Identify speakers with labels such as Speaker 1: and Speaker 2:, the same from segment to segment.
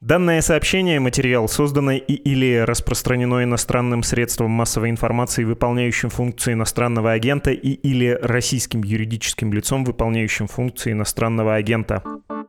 Speaker 1: Данное сообщение, материал, созданный или распространено иностранным средством массовой информации, выполняющим функции иностранного агента, или российским юридическим лицом, выполняющим функции иностранного агента.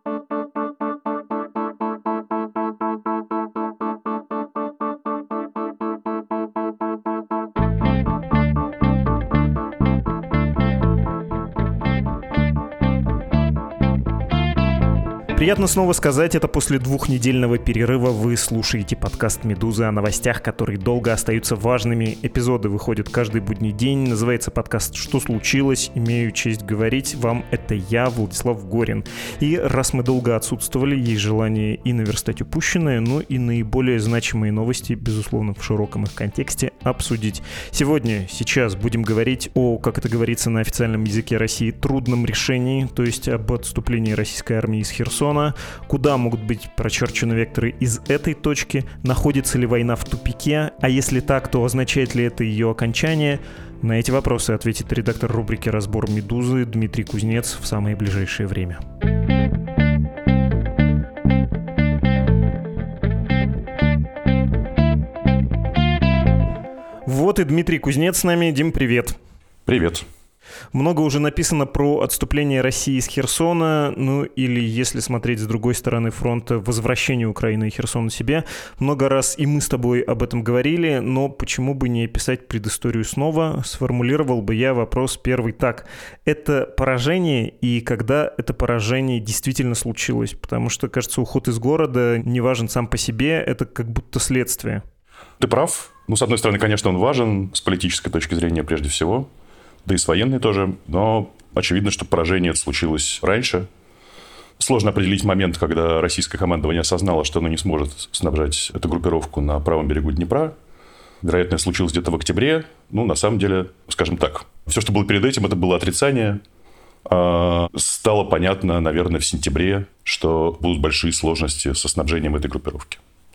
Speaker 1: Приятно снова сказать, это после двухнедельного перерыва вы слушаете подкаст «Медузы» о новостях, которые долго остаются важными. Эпизоды выходят каждый будний день. Называется подкаст «Что случилось?». Имею честь говорить вам, это я, Владислав Горин. И раз мы долго отсутствовали, есть желание и наверстать упущенное, но и наиболее значимые новости, безусловно, в широком их контексте, обсудить. Сейчас будем говорить о, как это говорится на официальном языке России, трудном решении, то есть об отступлении российской армии из Херсона. Куда могут быть прочерчены векторы из этой точки? Находится ли война в тупике? А если так, то означает ли это ее окончание? На эти вопросы ответит редактор рубрики «Разбор Медузы» Дмитрий Кузнец в самое ближайшее время. Вот и Дмитрий Кузнец с нами. Дим, привет.
Speaker 2: Привет.
Speaker 1: Много уже написано про отступление России из Херсона, ну или, если смотреть с другой стороны фронта, возвращение Украины и Херсона себе. Много раз и мы с тобой об этом говорили, но почему бы не описать предысторию снова? Сформулировал бы я вопрос первый так. Это поражение, и когда это поражение действительно случилось? Потому что, кажется, уход из города не важен сам по себе, это как будто следствие.
Speaker 2: Ты прав. С одной стороны, конечно, он важен с политической точки зрения прежде всего. Да и с военной тоже, но очевидно, что поражение случилось раньше. Сложно определить момент, когда российское командование осознало, что оно не сможет снабжать эту группировку на правом берегу Днепра. Вероятно, это случилось где-то в октябре. На самом деле, скажем так, все, что было перед этим, это было отрицание. Стало понятно, наверное, в сентябре, что будут большие сложности со снабжением этой группировки.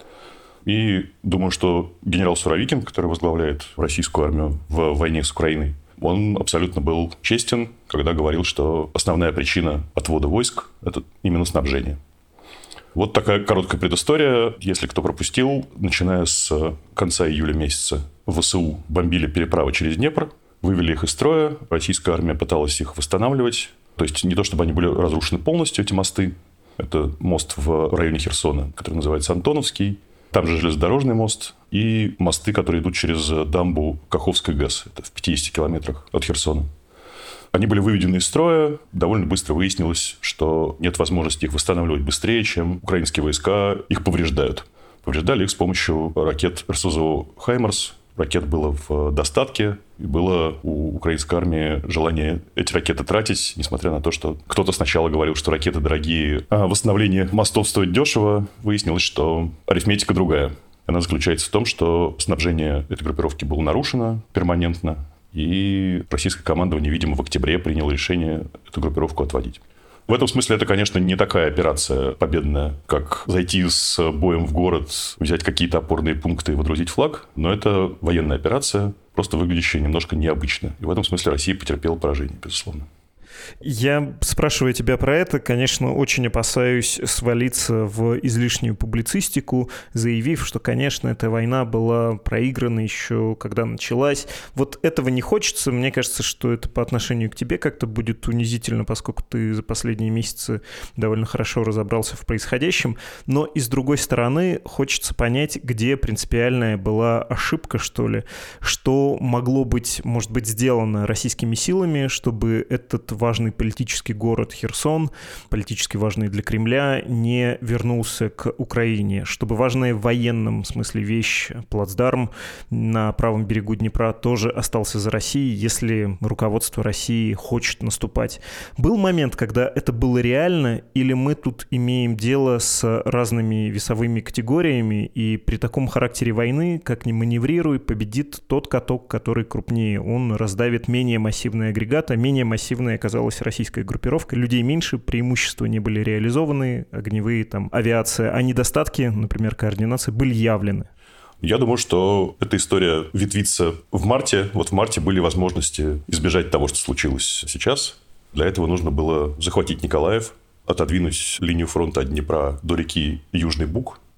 Speaker 2: И думаю, что генерал Суровикин, который возглавляет российскую армию в войне с Украиной, он абсолютно был честен, когда говорил, что основная причина отвода войск – это именно снабжение. Вот такая короткая предыстория. Если кто пропустил, начиная с конца июля месяца ВСУ бомбили переправы через Днепр, вывели их из строя, российская армия пыталась их восстанавливать. То есть не то, чтобы они были разрушены полностью, эти мосты. Это мост в районе Херсона, который называется Антоновский. Там же железнодорожный мост и мосты, которые идут через дамбу Каховской ГЭС. Это в 50 километрах от Херсона. Они были выведены из строя. Довольно быстро выяснилось, что нет возможности их восстанавливать быстрее, чем украинские войска их повреждают. Повреждали их с помощью ракет РСЗО «Хаймарс». Ракет было в достатке. И было у украинской армии желание эти ракеты тратить, несмотря на то, что кто-то сначала говорил, что ракеты дорогие, а восстановление мостов стоит дешево. Выяснилось, что арифметика другая. Она заключается в том, что снабжение этой группировки было нарушено перманентно. И российское командование, видимо, в октябре приняло решение эту группировку отводить. В этом смысле это, конечно, не такая операция победная, как зайти с боем в город, взять какие-то опорные пункты и водрузить флаг. Но это военная операция, просто выглядящая немножко необычно. И в этом смысле Россия потерпела поражение, безусловно.
Speaker 1: Я, спрашивая тебя про это, конечно, очень опасаюсь свалиться в излишнюю публицистику, заявив, что, конечно, эта война была проиграна еще когда началась. Вот этого не хочется. Мне кажется, что это по отношению к тебе как-то будет унизительно, поскольку ты за последние месяцы довольно хорошо разобрался в происходящем. Но и с другой стороны, хочется понять, где принципиальная была ошибка, что ли, что могло быть, может быть, сделано российскими силами, чтобы этот важный политический город Херсон, политически важный для Кремля, не вернулся к Украине, чтобы важная в военном смысле вещь, плацдарм на правом берегу Днепра, тоже остался за Россией, если руководство России хочет наступать. Был момент, когда это было реально, или мы тут имеем дело с разными весовыми категориями, и при таком характере войны, как ни маневрируй, победит тот каток, который крупнее. Он раздавит менее массивный агрегат, а менее массивный оказалась российская группировка. Людей меньше, преимущества не были реализованы, огневые, авиация, а недостатки, например, координации, были явлены.
Speaker 2: Я думаю, что эта история ветвится в марте. Вот в марте были возможности избежать того, что случилось сейчас. Для этого нужно было захватить Николаев, отодвинуть линию фронта от Днепра до реки Южный Буг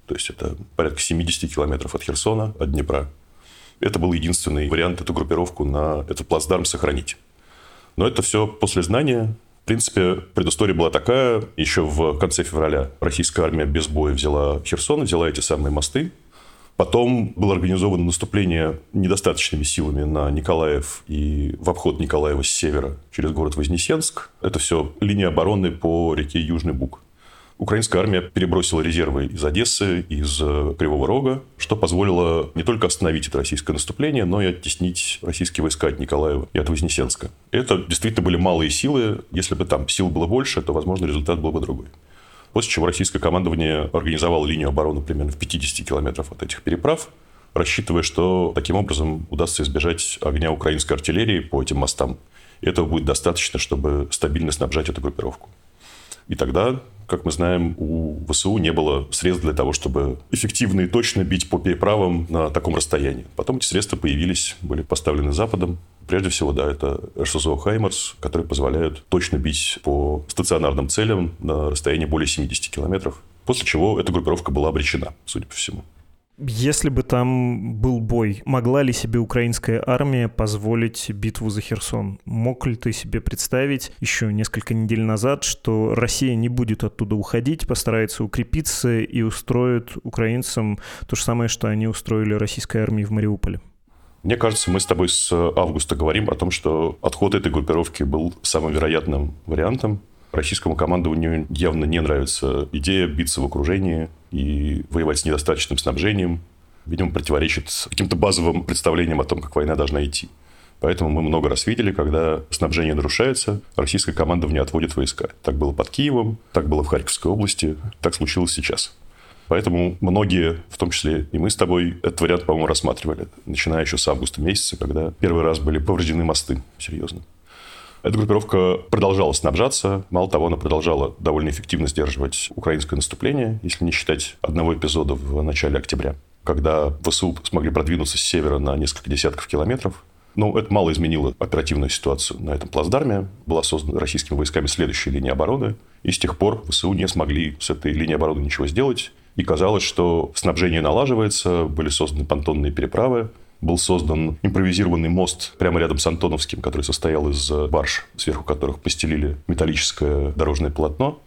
Speaker 2: То есть это порядка 70 километров от Херсона, от Днепра. Это был единственный вариант эту группировку на этот плацдарм сохранить. Но это все после знания. В принципе, предыстория была такая. Еще в конце февраля российская армия без боя взяла Херсон, взяла эти самые мосты. Потом было организовано наступление недостаточными силами на Николаев и в обход Николаева с севера через город Вознесенск. Это все линия обороны по реке Южный Буг. Украинская армия перебросила резервы из Одессы, из Кривого Рога, что позволило не только остановить это российское наступление, но и оттеснить российские войска от Николаева и от Вознесенска. Это действительно были малые силы. Если бы там сил было больше, то, возможно, результат был бы другой. После чего российское командование организовало линию обороны примерно в 50 километров от этих переправ, рассчитывая, что таким образом удастся избежать огня украинской артиллерии по этим мостам. И этого будет достаточно, чтобы стабильно снабжать эту группировку. И тогда, как мы знаем, у ВСУ не было средств для того, чтобы эффективно и точно бить по переправам на таком расстоянии. Потом эти средства появились, были поставлены Западом. Прежде всего, да, это РСЗО «Хаймарс», которые позволяют точно бить по стационарным целям на расстоянии более 70 километров. После чего эта группировка была обречена, судя по всему.
Speaker 1: Если бы там был бой, могла ли себе украинская армия позволить битву за Херсон? Мог ли ты себе представить еще несколько недель назад, что Россия не будет оттуда уходить, постарается укрепиться и устроит украинцам то же самое, что они устроили российской армии в Мариуполе?
Speaker 2: Мне кажется, мы с тобой с августа говорим о том, что отход этой группировки был самым вероятным вариантом. Российскому командованию явно не нравится идея биться в окружении и воевать с недостаточным снабжением. Видимо, противоречит каким-то базовым представлениям о том, как война должна идти. Поэтому мы много раз видели, когда снабжение нарушается, российское командование отводит войска. Так было под Киевом, так было в Харьковской области, так случилось сейчас. Поэтому многие, в том числе и мы с тобой, этот вариант, по-моему, рассматривали, начиная еще с августа месяца, когда первый раз были повреждены мосты, серьезно. Эта группировка продолжала снабжаться. Мало того, она продолжала довольно эффективно сдерживать украинское наступление, если не считать одного эпизода в начале октября, когда ВСУ смогли продвинуться с севера на несколько десятков километров. Но это мало изменило оперативную ситуацию на этом плацдарме. Была создана российскими войсками следующая линия обороны. И с тех пор ВСУ не смогли с этой линией обороны ничего сделать. И казалось, что снабжение налаживается, были созданы понтонные переправы. Был создан импровизированный мост прямо рядом с Антоновским, который состоял из барж, сверху которых постелили металлическое дорожное полотно.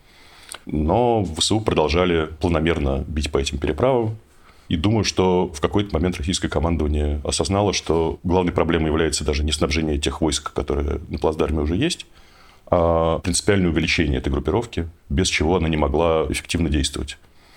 Speaker 2: Но ВСУ продолжали планомерно бить по этим переправам. И думаю, что в какой-то момент российское командование осознало, что главной проблемой является даже не снабжение тех войск, которые на плацдарме уже есть, а принципиальное увеличение этой группировки, без чего она не могла эффективно действовать.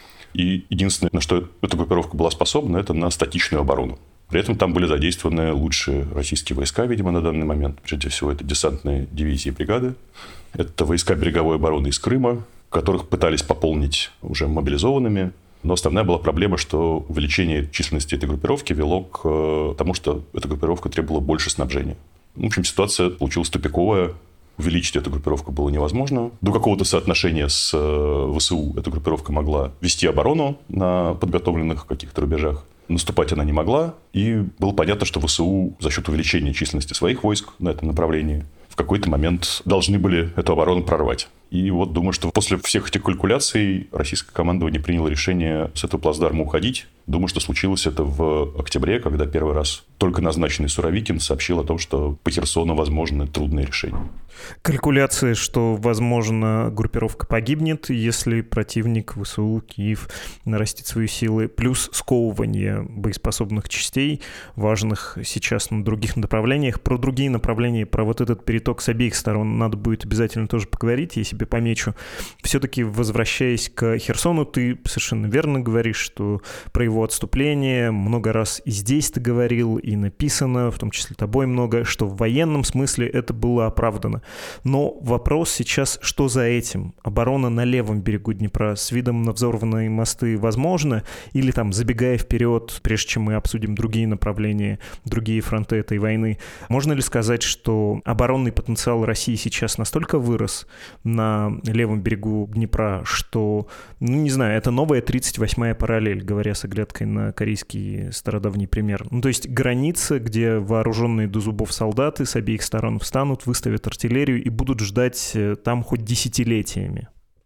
Speaker 2: И единственное, на что эта группировка была способна, это на статичную оборону. При этом там были задействованы лучшие российские войска, видимо, на данный момент. Прежде всего, это десантные дивизии и бригады. Это войска береговой обороны из Крыма, которых пытались пополнить уже мобилизованными. Но основная была проблема, что увеличение численности этой группировки вело к тому, что эта группировка требовала больше снабжения. В общем, ситуация получилась тупиковая. Увеличить эту группировку было невозможно. До какого-то соотношения с ВСУ эта группировка могла вести оборону на подготовленных каких-то рубежах. Наступать она не могла, и было понятно, что ВСУ за счет увеличения численности своих войск на этом направлении в какой-то момент должны были эту оборону прорвать. И вот думаю, что после всех этих калькуляций российское командование приняло решение с этого плацдарма уходить. Думаю, что случилось это в октябре, когда первый раз только назначенный Суровикин сообщил о том, что по Херсону возможны трудные решения.
Speaker 1: Калькуляции, что, возможно, группировка погибнет, если противник ВСУ, Киев, нарастит свои силы, плюс сковывание боеспособных частей, важных сейчас на других направлениях. Про другие направления, про вот этот переток с обеих сторон надо будет обязательно тоже поговорить, я себе помечу. Все-таки, возвращаясь к Херсону, ты совершенно верно говоришь, что про его отступление много раз и здесь ты говорил, и написано, в том числе тобой много, что в военном смысле это было оправдано. Но вопрос сейчас, что за этим? Оборона на левом берегу Днепра с видом на взорванные мосты возможно? Или там, забегая вперед, прежде чем мы обсудим другие направления, другие фронты этой войны, можно ли сказать, что оборонный потенциал России сейчас настолько вырос на левом берегу Днепра, что, ну не знаю, это новая 38-я параллель, говоря с оглядкой на корейский стародавний пример. Ну то есть граница, где вооруженные до зубов солдаты с обеих сторон встанут, выставят артиллерию и будут ждать там хоть десятилетиями.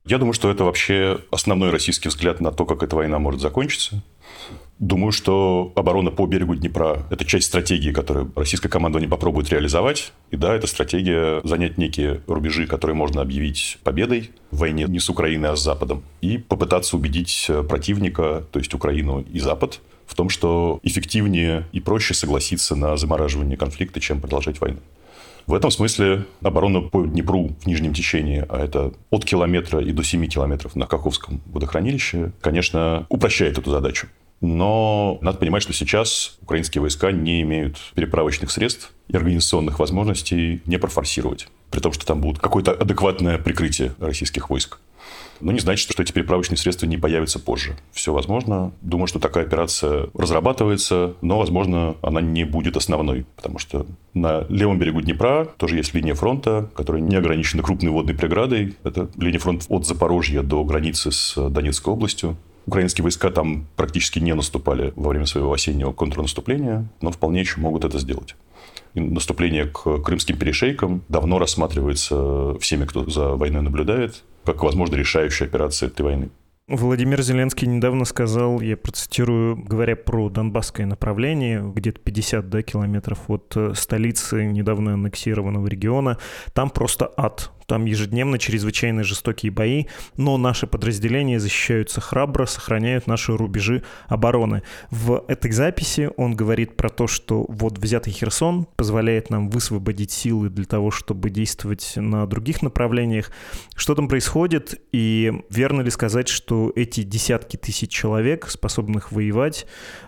Speaker 2: Я думаю, что это вообще основной российский взгляд на то, как эта война может закончиться. Думаю, что оборона по берегу Днепра – это часть стратегии, которую российское командование попробует реализовать. И да, это стратегия занять некие рубежи, которые можно объявить победой в войне не с Украиной, а с Западом. И попытаться убедить противника, то есть Украину и Запад, в том, что эффективнее и проще согласиться на замораживание конфликта, чем продолжать войну. В этом смысле оборона по Днепру в нижнем течении, а это от километра и до 7 километров на Каховском водохранилище, конечно, упрощает эту задачу. Но надо понимать, что сейчас украинские войска не имеют переправочных средств и организационных возможностей не профорсировать. При том, что там будет какое-то адекватное прикрытие российских войск. Но не значит, что эти переправочные средства не появятся позже. Все возможно. Думаю, что такая операция разрабатывается, но, возможно, она не будет основной. Потому что на левом берегу Днепра тоже есть линия фронта, которая не ограничена крупной водной преградой. Это линия фронта от Запорожья до границы с Донецкой областью. Украинские войска там практически не наступали во время своего осеннего контрнаступления, но вполне еще могут это сделать. И наступление к крымским перешейкам давно рассматривается всеми, кто за войной наблюдает, как, возможно, решающая операция этой войны.
Speaker 1: Владимир Зеленский недавно сказал, я процитирую, говоря про донбасское направление, где-то 50 километров от столицы недавно аннексированного региона, там просто ад. Там ежедневно чрезвычайно жестокие бои, но наши подразделения защищаются храбро, сохраняют наши рубежи обороны. В этой записи он говорит про то, что вот взятый Херсон позволяет нам высвободить силы для того, чтобы действовать на других направлениях. Что там происходит? И верно ли сказать, что эти десятки тысяч человек, способных воевать,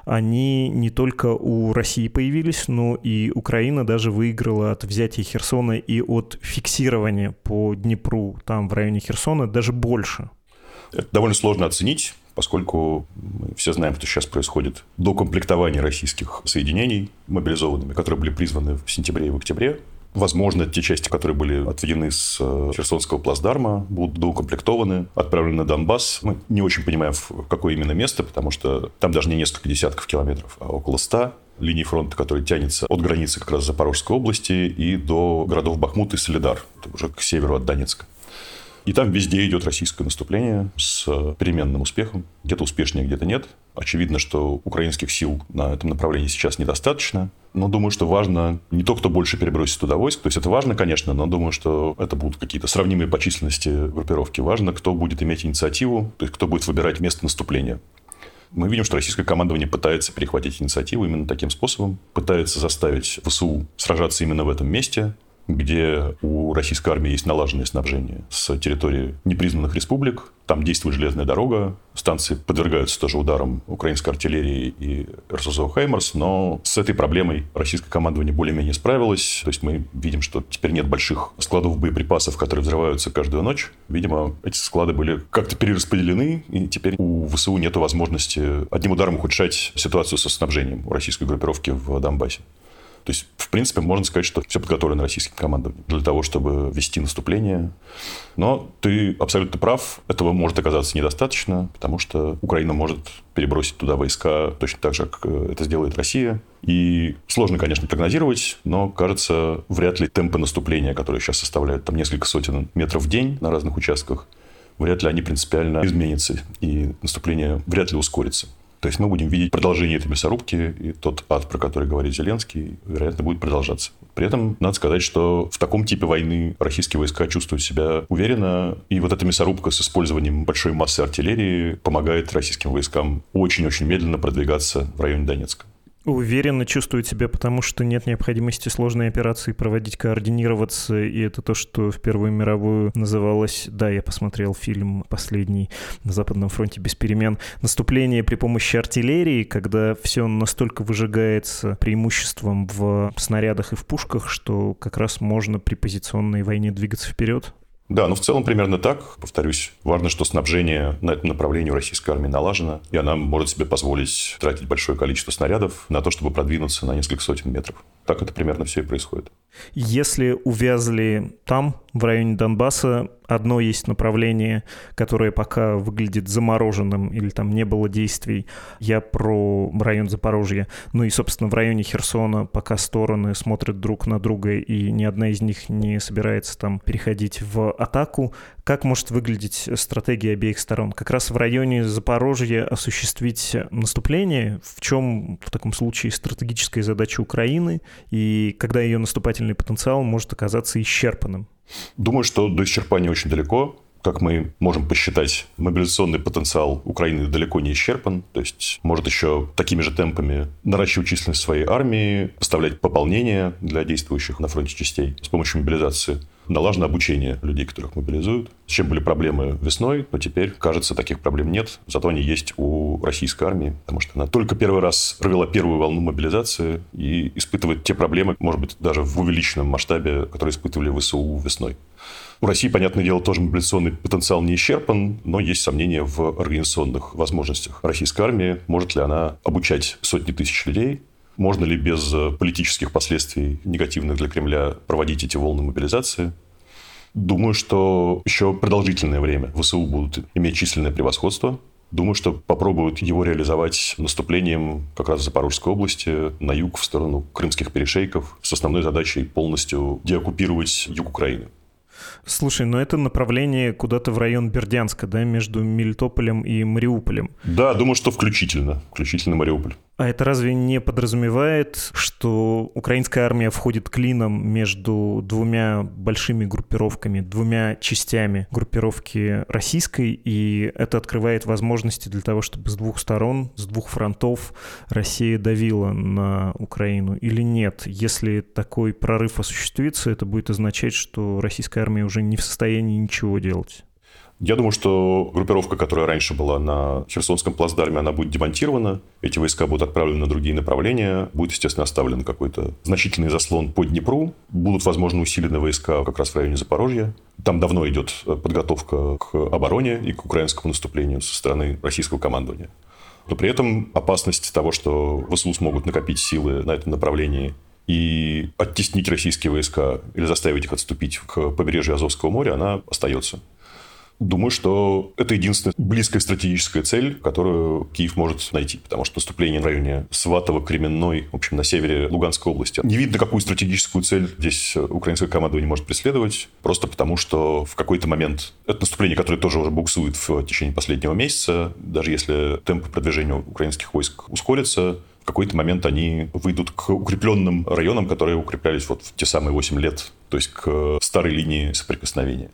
Speaker 1: они не только у России появились, но и Украина даже выиграла от взятия Херсона и от фиксирования по Днепру, там в районе Херсона, даже больше.
Speaker 2: Это довольно сложно оценить, поскольку мы все знаем, что сейчас происходит докомплектование российских соединений мобилизованными, которые были призваны в сентябре и в октябре. Возможно, те части, которые были отведены с Херсонского плацдарма, будут доукомплектованы, отправлены на Донбасс. Мы не очень понимаем, в какое именно место, потому что там даже не несколько десятков километров, а около 100 линий фронта, который тянется от границы как раз Запорожской области и до городов Бахмут и Солидар, это уже к северу от Донецка. И там везде идет российское наступление с переменным успехом. Где-то успешнее, где-то нет. Очевидно, что украинских сил на этом направлении сейчас недостаточно. Но думаю, что важно не то, кто больше перебросит туда войск. То есть это важно, конечно, но думаю, что это будут какие-то сравнимые по численности группировки. Важно, кто будет иметь инициативу, то есть кто будет выбирать место наступления. Мы видим, что российское командование пытается перехватить инициативу именно таким способом. Пытается заставить ВСУ сражаться именно в этом месте, где у российской армии есть налаженное снабжение с территории непризнанных республик. Там действует железная дорога, станции подвергаются тоже ударам украинской артиллерии и РСЗО «Хаймарс», но с этой проблемой российское командование более-менее справилось. То есть мы видим, что теперь нет больших складов боеприпасов, которые взрываются каждую ночь. Видимо, эти склады были как-то перераспределены, и теперь у ВСУ нет возможности одним ударом ухудшать ситуацию со снабжением у российской группировки в Донбассе. То есть, в принципе, можно сказать, что все подготовлено российским командованием для того, чтобы вести наступление. Но ты абсолютно прав, этого может оказаться недостаточно, потому что Украина может перебросить туда войска точно так же, как это сделает Россия. И сложно, конечно, прогнозировать, но, кажется, вряд ли темпы наступления, которые сейчас составляют там несколько сотен метров в день на разных участках, вряд ли они принципиально изменятся, и наступление вряд ли ускорится. То есть мы будем видеть продолжение этой мясорубки, и тот ад, про который говорит Зеленский, вероятно, будет продолжаться. При этом надо сказать, что в таком типе войны российские войска чувствуют себя уверенно, и вот эта мясорубка с использованием большой массы артиллерии помогает российским войскам очень-очень медленно продвигаться в районе Донецка.
Speaker 1: Уверенно чувствует себя, потому что нет необходимости сложные операции проводить, координироваться, и это то, что в Первую мировую называлось, да, я посмотрел фильм последний «На Западном фронте без перемен», наступление при помощи артиллерии, когда все настолько выжигается преимуществом в снарядах и в пушках, что как раз можно при позиционной войне двигаться вперед.
Speaker 2: Да, в целом примерно так. Повторюсь, важно, что снабжение на этом направлении у российской армии налажено, и она может себе позволить тратить большое количество снарядов на то, чтобы продвинуться на несколько сотен метров. Так это примерно все и происходит.
Speaker 1: Если увязли там, в районе Донбасса, одно есть направление, которое пока выглядит замороженным или там не было действий. Я про район Запорожья. Ну и, собственно, в районе Херсона пока стороны смотрят друг на друга, и ни одна из них не собирается там переходить в атаку. Как может выглядеть стратегия обеих сторон? Как раз в районе Запорожья осуществить наступление? В чем в таком случае стратегическая задача Украины? И когда ее наступательный потенциал может оказаться исчерпанным?
Speaker 2: Думаю, что до исчерпания очень далеко. Как мы можем посчитать, мобилизационный потенциал Украины далеко не исчерпан. То есть может еще такими же темпами наращивать численность своей армии, поставлять пополнение для действующих на фронте частей с помощью мобилизации. Налажено обучение людей, которых мобилизуют. С чем были проблемы весной, но теперь, кажется, таких проблем нет. Зато они есть у российской армии, потому что она только первый раз провела первую волну мобилизации и испытывает те проблемы, может быть, даже в увеличенном масштабе, которые испытывали ВСУ весной. У России, понятное дело, тоже мобилизационный потенциал не исчерпан, но есть сомнения в организационных возможностях российской армии. Может ли она обучать сотни тысяч людей? Можно ли без политических последствий, негативных для Кремля, проводить эти волны мобилизации? Думаю, что еще продолжительное время ВСУ будут иметь численное превосходство. Думаю, что попробуют его реализовать наступлением как раз в Запорожской области на юг, в сторону крымских перешейков, с основной задачей полностью деоккупировать юг Украины.
Speaker 1: Слушай, но это направление куда-то в район Бердянска, да, между Мелитополем и Мариуполем.
Speaker 2: Да, думаю, что включительно Мариуполь.
Speaker 1: А это разве не подразумевает, что украинская армия входит клином между двумя большими группировками, двумя частями группировки российской, и это открывает возможности для того, чтобы с двух сторон, с двух фронтов Россия давила на Украину или нет? Если такой прорыв осуществится, это будет означать, что российская армия уже не в состоянии ничего делать.
Speaker 2: Я думаю, что группировка, которая раньше была на Херсонском плацдарме, она будет демонтирована. Эти войска будут отправлены на другие направления. Будет, естественно, оставлен какой-то значительный заслон по Днепру. Будут, возможно, усилены войска как раз в районе Запорожья. Там давно идет подготовка к обороне и к украинскому наступлению со стороны российского командования. Но при этом опасность того, что ВСУ смогут накопить силы на этом направлении и оттеснить российские войска или заставить их отступить к побережью Азовского моря, она остается. Думаю, что это единственная близкая стратегическая цель, которую Киев может найти. Потому что наступление в районе Сватово, Кременной, в общем, на севере Луганской области. Не видно, какую стратегическую цель здесь украинское командование может преследовать. Просто потому, что в какой-то момент это наступление, которое тоже уже буксует в течение последнего месяца. Даже если темпы продвижения украинских войск ускорятся, в какой-то момент они выйдут к укрепленным районам, которые укреплялись вот в те самые 8 лет. То есть к старой линии соприкосновения.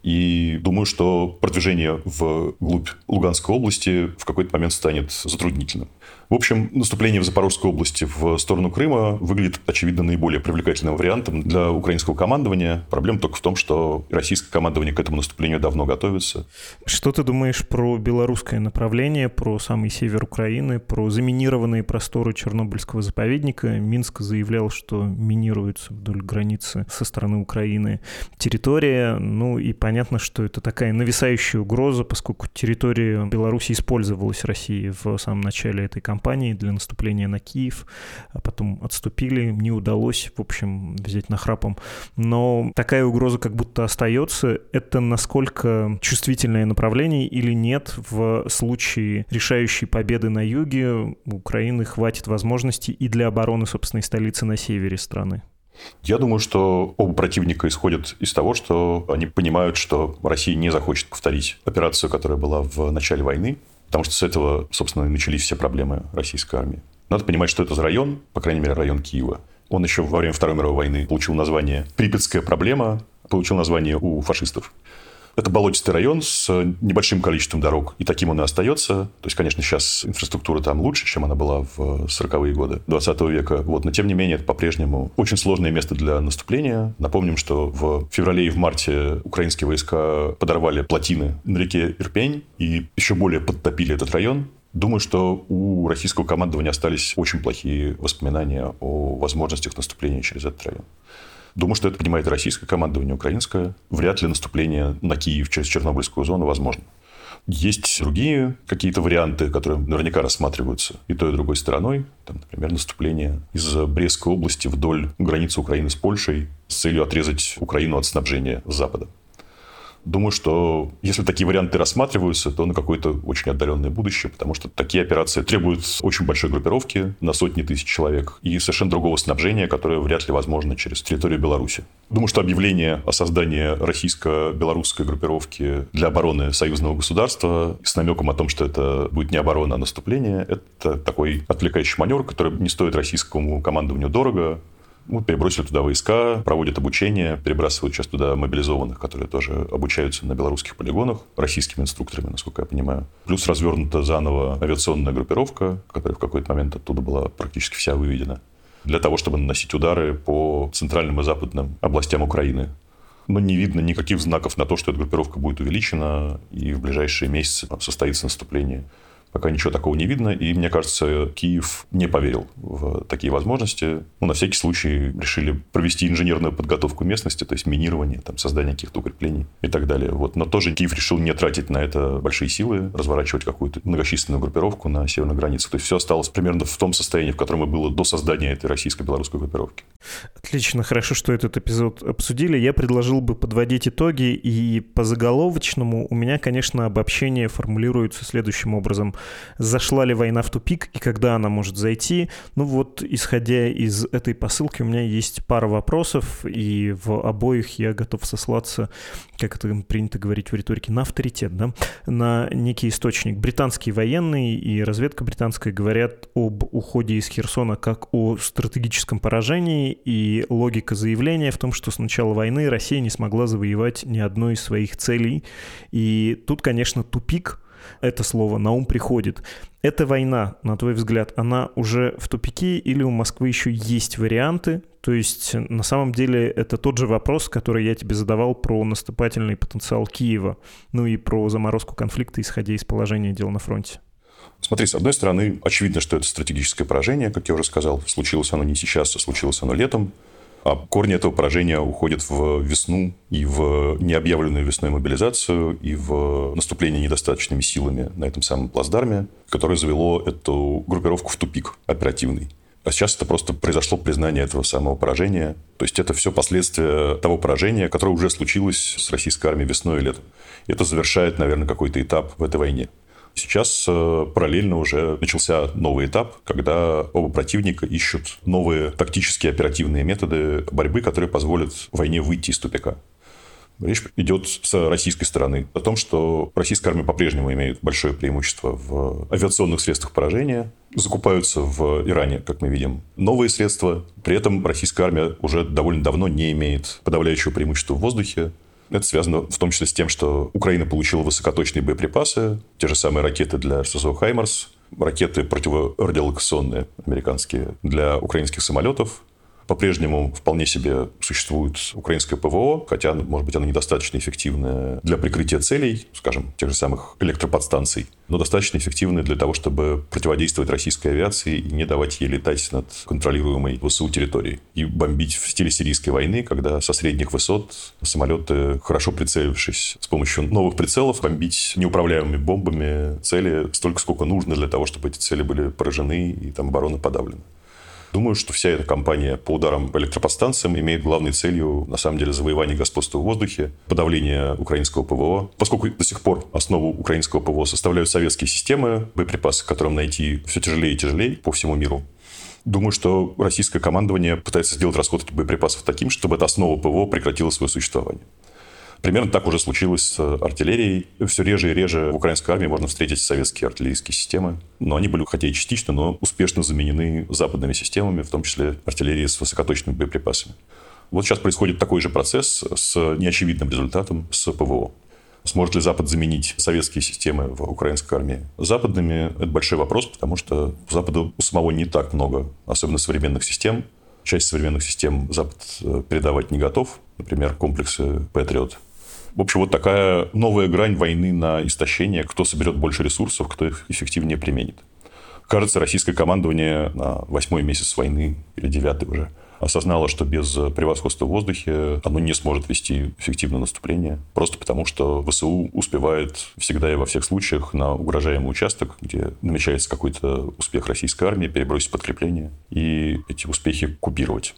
Speaker 2: И думаю, что продвижение вглубь Луганской области в какой-то момент станет затруднительным. В общем, наступление в Запорожской области в сторону Крыма выглядит, очевидно, наиболее привлекательным вариантом для украинского командования. Проблема только в том, что российское командование к этому наступлению давно готовится.
Speaker 1: Что ты думаешь про белорусское направление, про самый север Украины, про заминированные просторы Чернобыльского заповедника? Минск заявлял, что минируется вдоль границы со стороны Украины территория. Ну и понятно, что это такая нависающая угроза, поскольку территория Беларуси использовалась Россией в самом начале этой кампании для наступления на Киев, а потом отступили, не удалось, в общем, взять нахрапом. Но такая угроза как будто остается. Это насколько чувствительное направление или нет? В случае решающей победы на юге у Украины хватит возможностей и для обороны собственной столицы на севере страны?
Speaker 2: Я думаю, что оба противника исходят из того, что они понимают, что Россия не захочет повторить операцию, которая была в начале войны, потому что с этого, собственно, и начались все проблемы российской армии. Надо понимать, что это за район, по крайней мере, район Киева. Он еще во время Второй мировой войны получил название «Припятская проблема», получил название у фашистов. Это болотистый район с небольшим количеством дорог, и таким он и остается. То есть, конечно, сейчас инфраструктура там лучше, чем она была в 40-е годы 20 века. Но, тем не менее, это по-прежнему очень сложное место для наступления. Напомним, что в феврале и в марте украинские войска подорвали плотины на реке Ирпень и еще более подтопили этот район. Думаю, что у российского командования остались очень плохие воспоминания о возможностях наступления через этот район. Думаю, что это понимает российское командование, украинское. Вряд ли наступление на Киев через Чернобыльскую зону возможно. Есть другие какие-то варианты, которые наверняка рассматриваются и той, и другой стороной. Там, например, наступление из Брестской области вдоль границы Украины с Польшей с целью отрезать Украину от снабжения с Запада. Думаю, что если такие варианты рассматриваются, то на какое-то очень отдаленное будущее, потому что такие операции требуют очень большой группировки на сотни тысяч человек и совершенно другого снабжения, которое вряд ли возможно через территорию Беларуси. Думаю, что объявление о создании российско-белорусской группировки для обороны союзного государства с намеком о том, что это будет не оборона, а наступление, это такой отвлекающий маневр, который не стоит российскому командованию дорого. Перебросили туда войска, проводят обучение, перебрасывают сейчас туда мобилизованных, которые тоже обучаются на белорусских полигонах российскими инструкторами, насколько я понимаю. Плюс развернута заново авиационная группировка, которая в какой-то момент оттуда была практически вся выведена, для того, чтобы наносить удары по центральным и западным областям Украины. Но не видно никаких знаков на то, что эта группировка будет увеличена и в ближайшие месяцы состоится наступление. Пока ничего такого не видно, и, мне кажется, Киев не поверил в такие возможности. На всякий случай решили провести инженерную подготовку местности, то есть минирование, создание каких-то укреплений и так далее. Но тоже Киев решил не тратить на это большие силы, разворачивать какую-то многочисленную группировку на северной границе. То есть все осталось примерно в том состоянии, в котором и было до создания этой российско-белорусской группировки.
Speaker 1: Отлично, хорошо, что этот эпизод обсудили. Я предложил бы подводить итоги, и по заголовочному у меня, конечно, обобщение формулируется следующим образом. Зашла ли война в тупик и когда она может зайти? Исходя из этой посылки, у меня есть пара вопросов, и в обоих я готов сослаться, как это принято говорить в риторике, на авторитет, да? На некий источник. Британские военные и разведка британская говорят об уходе из Херсона как о стратегическом поражении, и логика заявления в том, что с начала войны Россия не смогла завоевать ни одной из своих целей. И тут, конечно, тупик, это слово на ум приходит. Эта война, на твой взгляд, она уже в тупике или у Москвы еще есть варианты? То есть, на самом деле, это тот же вопрос, который я тебе задавал про наступательный потенциал Киева, и про заморозку конфликта, исходя из положения дел на фронте.
Speaker 2: Смотри, с одной стороны, очевидно, что это стратегическое поражение, как я уже сказал. Случилось оно не сейчас, а случилось оно летом. А корни этого поражения уходят в весну и в необъявленную весной мобилизацию, и в наступление недостаточными силами на этом самом плацдарме, которое завело эту группировку в тупик оперативный. А сейчас это просто произошло признание этого самого поражения. То есть это все последствия того поражения, которое уже случилось с российской армией весной и летом. И это завершает, наверное, какой-то этап в этой войне. Сейчас параллельно уже начался новый этап, когда оба противника ищут новые тактические оперативные методы борьбы, которые позволят войне выйти из тупика. Речь идет с российской стороны о том, что российская армия по-прежнему имеет большое преимущество в авиационных средствах поражения. Закупаются в Иране, как мы видим, новые средства. При этом российская армия уже довольно давно не имеет подавляющего преимущества в воздухе. Это связано в том числе с тем, что Украина получила высокоточные боеприпасы, те же самые ракеты для РСЗО «Хаймарс», ракеты противорадиолокационные американские для украинских самолетов. По-прежнему вполне себе существует украинское ПВО, хотя, может быть, оно недостаточно эффективное для прикрытия целей, скажем, тех же самых электроподстанций, но достаточно эффективное для того, чтобы противодействовать российской авиации и не давать ей летать над контролируемой ВСУ территорией. И бомбить в стиле сирийской войны, когда со средних высот самолеты, хорошо прицелившись с помощью новых прицелов, бомбить неуправляемыми бомбами цели столько, сколько нужно для того, чтобы эти цели были поражены и оборона подавлена. Думаю, что вся эта кампания по ударам по электроподстанциям имеет главной целью, на самом деле, завоевание господства в воздухе, подавление украинского ПВО. Поскольку до сих пор основу украинского ПВО составляют советские системы, боеприпасы, которым найти все тяжелее и тяжелее по всему миру. Думаю, что российское командование пытается сделать расход этих боеприпасов таким, чтобы эта основа ПВО прекратила свое существование. Примерно так уже случилось с артиллерией. Все реже и реже в украинской армии можно встретить советские артиллерийские системы. Но они были, хотя и частично, но успешно заменены западными системами, в том числе артиллерией с высокоточными боеприпасами. Сейчас происходит такой же процесс с неочевидным результатом с ПВО. Сможет ли Запад заменить советские системы в украинской армии западными? Это большой вопрос, потому что у Запада у самого не так много, особенно современных систем. Часть современных систем Запад передавать не готов, например, комплексы Патриот. В общем, такая новая грань войны на истощение. Кто соберет больше ресурсов, кто их эффективнее применит. Кажется, российское командование на 8-й месяц войны, или 9-й уже, осознало, что без превосходства в воздухе оно не сможет вести эффективное наступление, просто потому что ВСУ успевает всегда и во всех случаях на угрожаемый участок, где намечается какой-то успех российской армии, перебросить подкрепление и эти успехи купировать.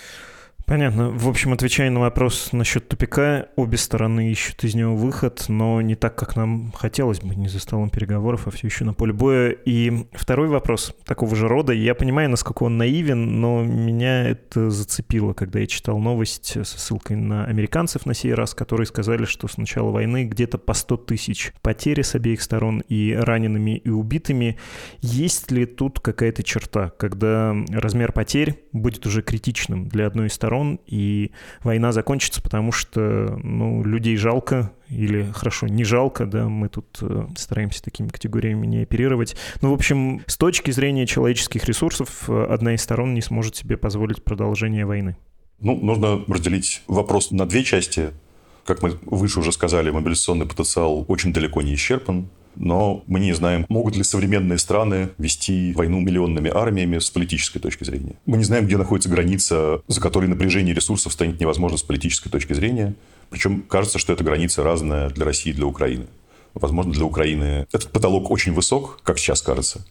Speaker 1: Понятно. В общем, отвечая на вопрос насчет тупика, обе стороны ищут из него выход, но не так, как нам хотелось бы, не за столом переговоров, а все еще на поле боя. И второй вопрос такого же рода. Я понимаю, насколько он наивен, но меня это зацепило, когда я читал новость со ссылкой на американцев на сей раз, которые сказали, что с начала войны где-то по 100 тысяч потерь с обеих сторон и ранеными, и убитыми. Есть ли тут какая-то черта, когда размер потерь будет уже критичным для одной из сторон, и война закончится, потому что, людей жалко, или, хорошо, не жалко, да, мы тут стараемся такими категориями не оперировать. В общем, с точки зрения человеческих ресурсов, одна из сторон не сможет себе позволить продолжение войны.
Speaker 2: Нужно разделить вопрос на две части. Как мы выше уже сказали, мобилизационный потенциал очень далеко не исчерпан. Но мы не знаем, могут ли современные страны вести войну миллионными армиями с политической точки зрения. Мы не знаем, где находится граница, за которой напряжение ресурсов станет невозможно с политической точки зрения. Причем кажется, что эта граница разная для России и для Украины. Возможно, для Украины этот потолок очень высок, как сейчас кажется.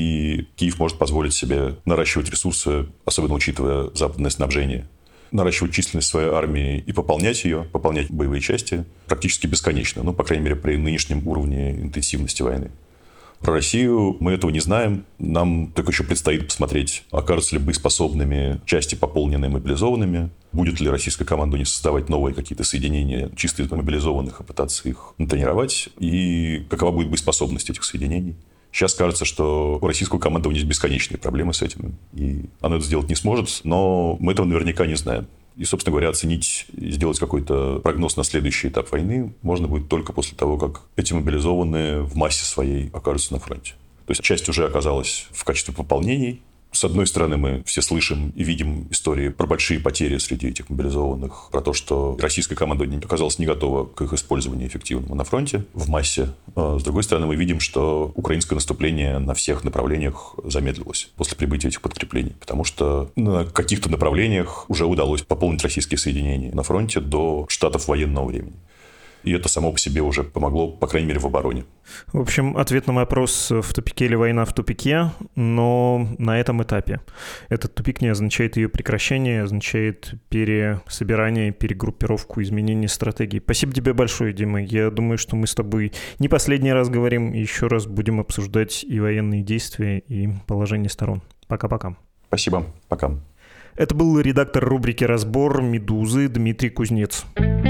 Speaker 2: И Киев может позволить себе наращивать ресурсы, особенно учитывая западное снабжение, наращивать численность своей армии и пополнять ее, пополнять боевые части практически бесконечно. По крайней мере, при нынешнем уровне интенсивности войны. Про Россию мы этого не знаем. Нам только еще предстоит посмотреть, окажутся ли боеспособными части, пополненные мобилизованными, будет ли российское командование создавать новые какие-то соединения чисто из мобилизованных и пытаться их тренировать, и какова будет боеспособность этих соединений. Сейчас кажется, что у российского командования есть бесконечные проблемы с этим, и оно это сделать не сможет, но мы этого наверняка не знаем. И, собственно говоря, оценить и сделать какой-то прогноз на следующий этап войны можно будет только после того, как эти мобилизованные в массе своей окажутся на фронте. То есть часть уже оказалась в качестве пополнений. С одной стороны, мы все слышим и видим истории про большие потери среди этих мобилизованных, про то, что российское командование оказалось не готово к их использованию эффективному на фронте в массе. С другой стороны, мы видим, что украинское наступление на всех направлениях замедлилось после прибытия этих подкреплений, потому что на каких-то направлениях уже удалось пополнить российские соединения на фронте до штатов военного времени. И это само по себе уже помогло, по крайней мере, в обороне.
Speaker 1: В общем, ответ на вопрос, в тупике ли война в тупике, но на этом этапе. Этот тупик не означает ее прекращение, означает пересобирание, перегруппировку, изменение стратегии. Спасибо тебе большое, Дима. Я думаю, что мы с тобой не последний раз говорим, и еще раз будем обсуждать и военные действия, и положение сторон. Пока-пока.
Speaker 2: Спасибо. Пока.
Speaker 1: Это был редактор рубрики «Разбор» «Медузы» Дмитрий Кузнец.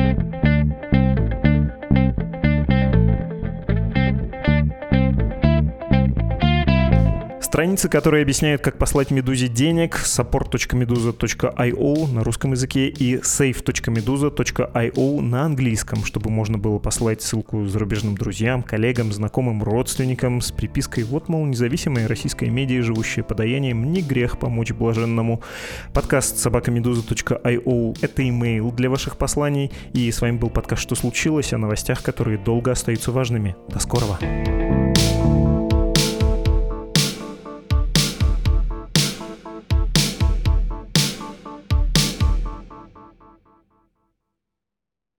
Speaker 1: Страницы, которые объясняют, как послать Медузе денег, support.meduza.io на русском языке и save.meduza.io на английском, чтобы можно было послать ссылку зарубежным друзьям, коллегам, знакомым, родственникам с припиской «Вот, мол, независимая российская медиа, живущая подаянием, не грех помочь блаженному». Подкаст собакамедуза.io — это имейл для ваших посланий. И с вами был подкаст «Что случилось?» о новостях, которые долго остаются важными. До скорого.